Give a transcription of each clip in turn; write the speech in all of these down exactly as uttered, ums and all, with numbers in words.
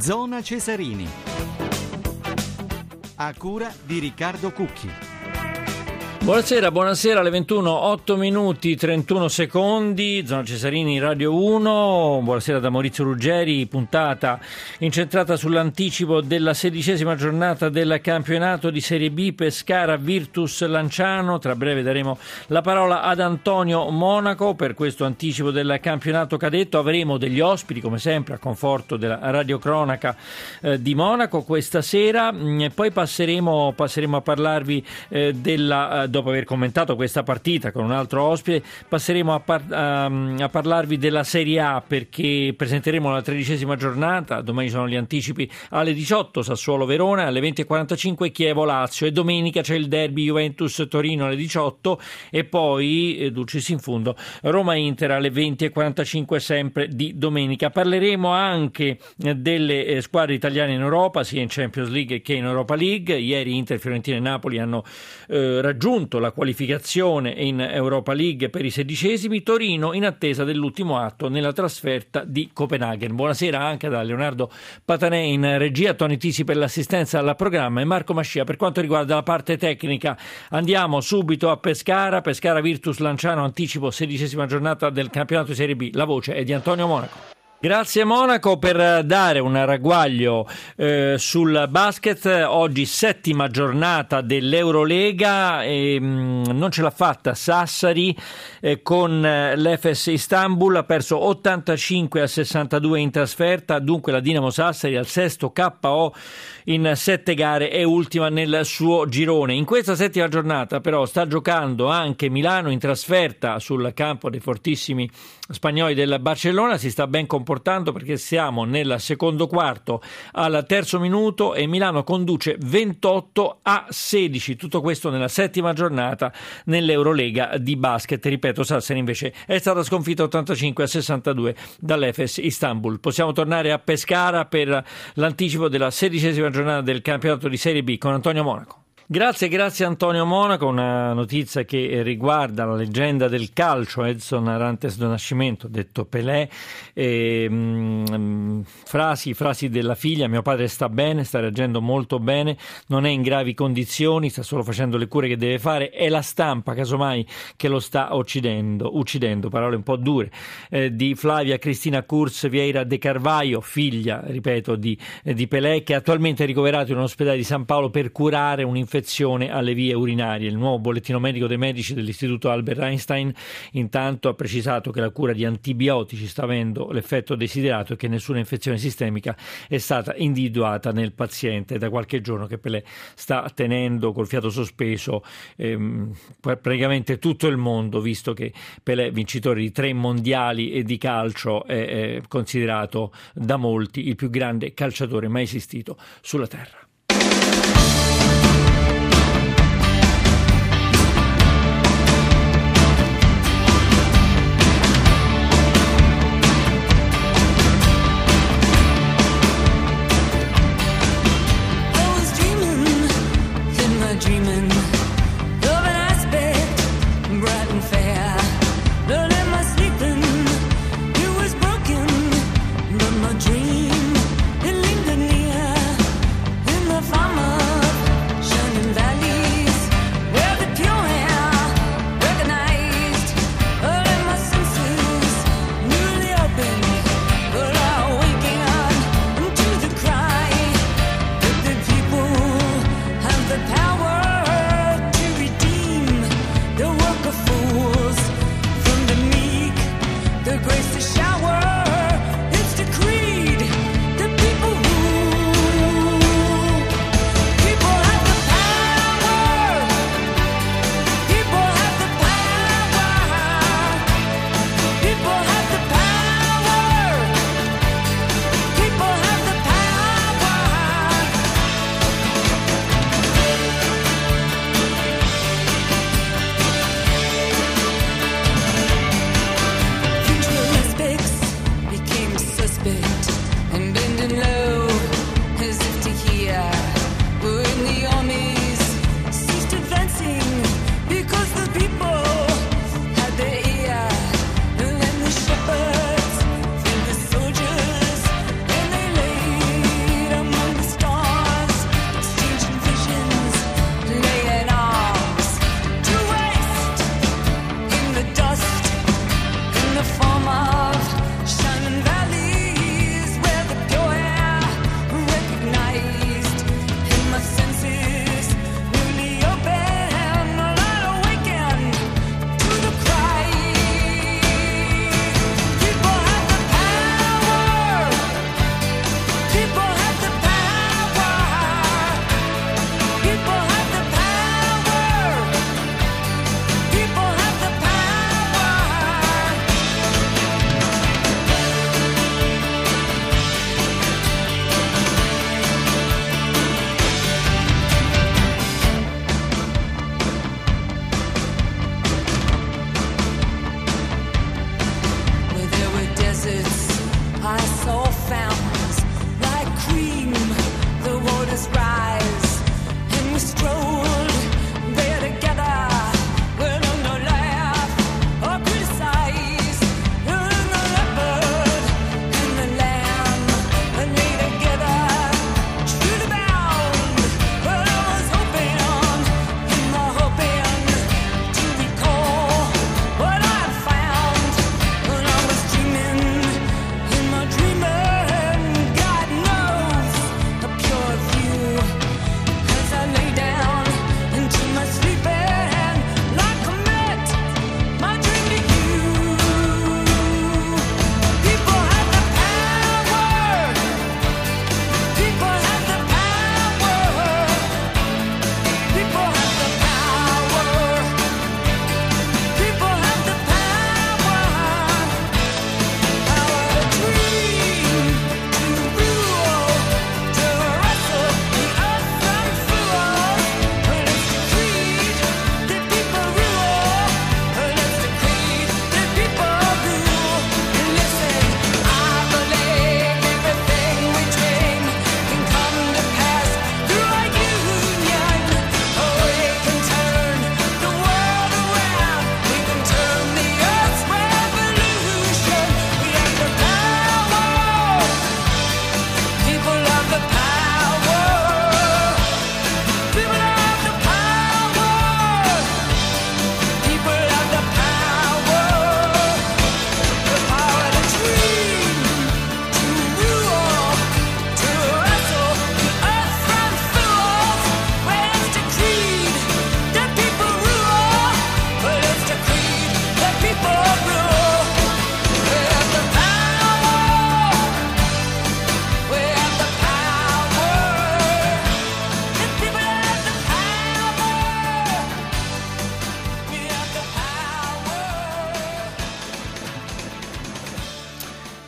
Zona Cesarini, a cura di Riccardo Cucchi. Buonasera, buonasera, alle ventuno, otto minuti, trentuno secondi, Zona Cesarini, Radio uno. Buonasera da Maurizio Ruggeri, puntata incentrata sull'anticipo della sedicesima giornata del campionato di Serie B Pescara Virtus Lanciano. Tra breve daremo la parola ad Antonio Monaco per questo anticipo del campionato cadetto. Avremo degli ospiti, come sempre, a conforto della radiocronaca eh, di Monaco questa sera. E poi passeremo, passeremo a parlarvi eh, della... Eh, dopo aver commentato questa partita con un altro ospite, passeremo a, par- a, a parlarvi della Serie A, perché presenteremo la tredicesima giornata. Domani sono gli anticipi alle diciotto, Sassuolo-Verona, alle venti e quarantacinque Chievo-Lazio, e domenica c'è il derby Juventus-Torino alle diciotto e poi, eh, dulcis in fundo, Roma-Inter alle venti e quarantacinque sempre di domenica. Parleremo anche delle eh, squadre italiane in Europa, sia in Champions League che in Europa League. Ieri Inter, Fiorentina e Napoli hanno eh, raggiunto la qualificazione in Europa League per i sedicesimi. Torino in attesa dell'ultimo atto nella trasferta di Copenaghen. Buonasera anche da Leonardo Patanè in regia, Tony Tisi per l'assistenza al programma e Marco Mascia per quanto riguarda la parte tecnica. Andiamo subito a Pescara, Pescara Virtus Lanciano, anticipo sedicesima giornata del campionato di Serie B. La voce è di Antonio Monaco. Grazie Monaco per dare un ragguaglio eh, sul basket. Oggi settima giornata dell'Eurolega e mh, non ce l'ha fatta Sassari eh, con l'Efes Istanbul, ha perso ottantacinque a sessantadue in trasferta. Dunque la Dinamo Sassari al sesto K O in sette gare è ultima nel suo girone. In questa settima giornata però sta giocando anche Milano in trasferta sul campo dei fortissimi spagnoli del Barcellona. Si sta ben comportando perché siamo nel secondo quarto al terzo minuto e Milano conduce ventotto a sedici. Tutto questo nella settima giornata nell'Eurolega di basket. Ripeto, Sassari invece è stata sconfitta ottantacinque a sessantadue dall'Efes Istanbul. Possiamo tornare a Pescara per l'anticipo della sedicesima giornata del campionato di Serie B con Antonio Monaco. Grazie, grazie Antonio Monaco. Una notizia che riguarda la leggenda del calcio, Edson Arantes do Nascimento, detto Pelé. E, mh, frasi, frasi della figlia: mio padre sta bene, sta reagendo molto bene, non è in gravi condizioni, sta solo facendo le cure che deve fare, è la stampa casomai che lo sta uccidendo, uccidendo parole un po' dure, eh, di Flavia Cristina Kurz Vieira de Carvalho, figlia, ripeto, di, eh, di Pelé, che è attualmente ricoverato in un ospedale di San Paolo per curare un'infezione alle vie urinarie. Il nuovo bollettino medico dei medici dell'istituto Albert Einstein intanto ha precisato che la cura di antibiotici sta avendo l'effetto desiderato e che nessuna infezione sistemica è stata individuata nel paziente. Da qualche giorno che Pelé sta tenendo col fiato sospeso ehm, praticamente tutto il mondo, visto che Pelé, vincitore di tre mondiali e di calcio, è, è considerato da molti il più grande calciatore mai esistito sulla terra. Dream, it lingered near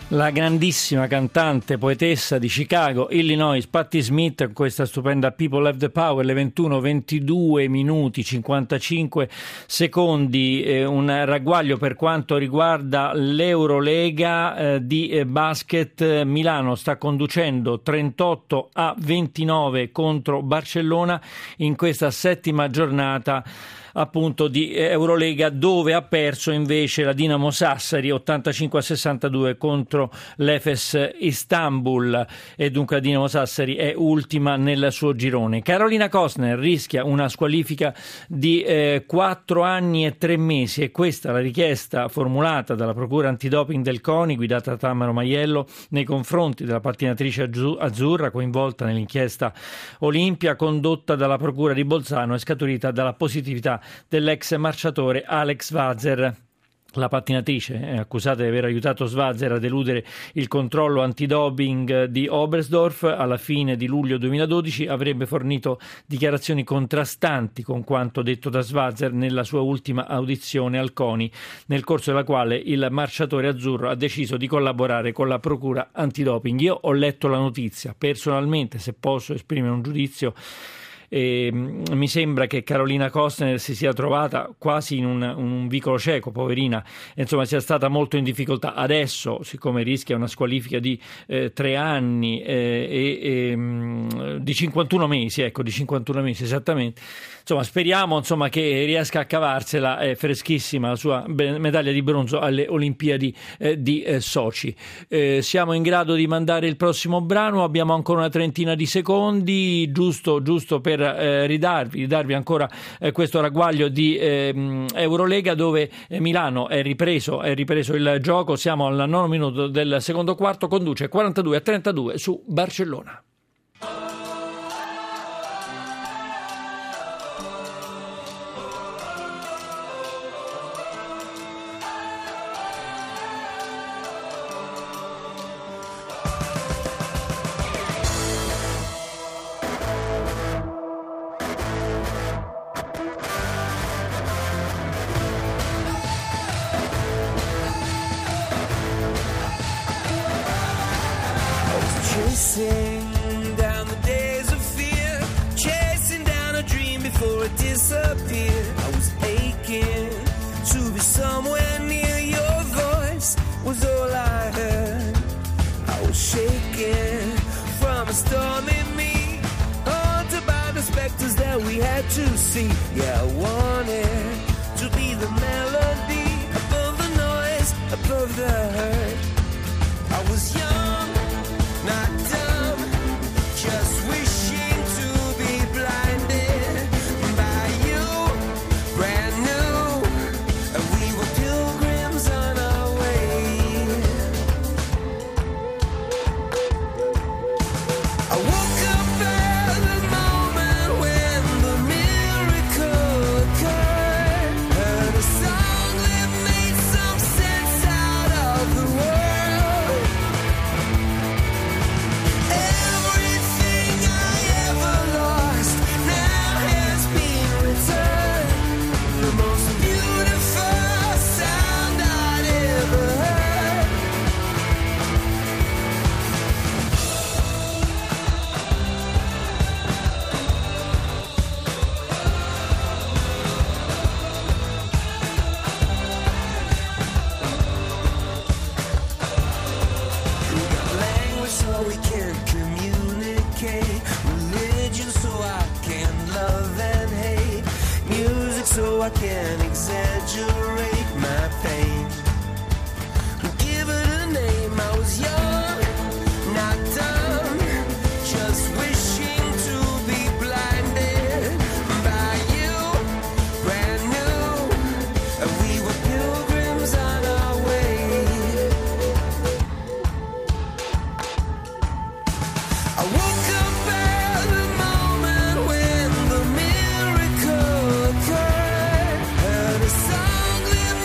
La grandissima cantante, poetessa di Chicago, Illinois, Patti Smith, con questa stupenda People Have the Power, le ventuno ventidue minuti cinquantacinque secondi, eh, un ragguaglio per quanto riguarda l'Eurolega eh, di eh, basket. Milano sta conducendo trentotto a ventinove contro Barcellona in questa settima giornata appunto di Eurolega, dove ha perso invece la Dinamo Sassari ottantacinque a sessantadue contro l'Efes Istanbul, e dunque la Dinamo Sassari è ultima nel suo girone. Carolina Kostner rischia una squalifica di eh, quattro anni e tre mesi, e questa la richiesta formulata dalla Procura Antidoping del CONI, guidata da Tammaro Maiello, nei confronti della pattinatrice azzurra coinvolta nell'inchiesta Olimpia condotta dalla Procura di Bolzano e scaturita dalla positività dell'ex marciatore Alex Svazer. La pattinatrice è accusata di aver aiutato Svazer a deludere il controllo antidoping di Oberstdorf. Alla fine di luglio duemiladodici avrebbe fornito dichiarazioni contrastanti con quanto detto da Svazer nella sua ultima audizione al CONI, nel corso della quale il marciatore azzurro ha deciso di collaborare con la procura antidoping. Io ho letto la notizia, personalmente, se posso esprimere un giudizio, E mi sembra che Carolina Kostner si sia trovata quasi in un, un vicolo cieco, poverina, e insomma sia stata molto in difficoltà. Adesso, siccome rischia una squalifica di eh, tre anni eh, e, e di cinquantuno mesi, ecco, di cinquantuno mesi esattamente, insomma speriamo insomma che riesca a cavarsela. È freschissima la sua medaglia di bronzo alle Olimpiadi eh, di eh, Sochi. Eh, siamo in grado di mandare il prossimo brano, abbiamo ancora una trentina di secondi, giusto, giusto per eh, ridarvi, ridarvi ancora eh, questo ragguaglio di eh, Eurolega, dove eh, Milano è ripreso, è ripreso il gioco. Siamo al nono minuto del secondo quarto, conduce quarantadue a trentadue su Barcellona. Chasing down the days of fear, chasing down a dream before it disappeared. I was aching to be somewhere near, your voice was all I heard. I was shaking from a storm in me, haunted by the specters that we had to see. Yeah, I wanted to be the melody above the noise, above the hurt. I was young, not dumb, just wishing to be blinded by you, brand new, and we were pilgrims on our way. I woke up at the moment when the miracle occurred, heard a song that made some sense out of the world. So I can exaggerate my pain. Give it a name. I was young, not dumb, just wishing to be blinded by you, brand new, and we were pilgrims on our way. I woke up at the moment when the miracle occurred. A song that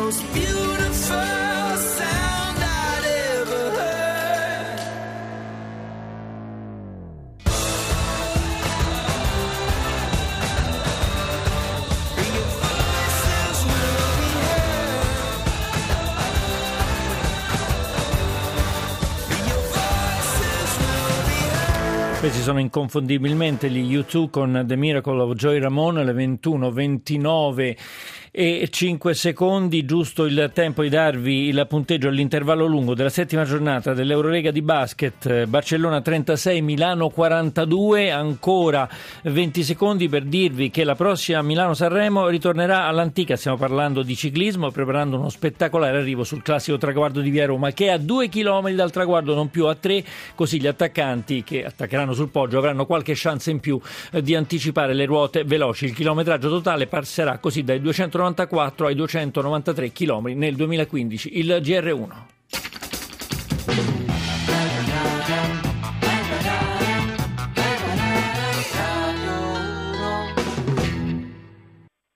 most beautiful sound I'd ever heard. Your voices will be heard. Your voices will be heard. Questi sono inconfondibilmente gli U due con The Miracle of Joy Ramone, alle ventuno ventinove e cinque secondi, giusto il tempo di darvi il punteggio all'intervallo lungo della settima giornata dell'Eurolega di basket. Barcellona trentasei, Milano quarantadue, ancora venti secondi per dirvi che la prossima Milano-Sanremo ritornerà all'antica, stiamo parlando di ciclismo, preparando uno spettacolare arrivo sul classico traguardo di Via Roma, che è a due chilometri dal traguardo, non più a tre, così gli attaccanti che attaccheranno sul poggio avranno qualche chance in più eh, di anticipare le ruote veloci. Il chilometraggio totale passerà così dai duecentonovantaquattro ai duecentonovantatré chilometri nel duemilaquindici. Il G R uno.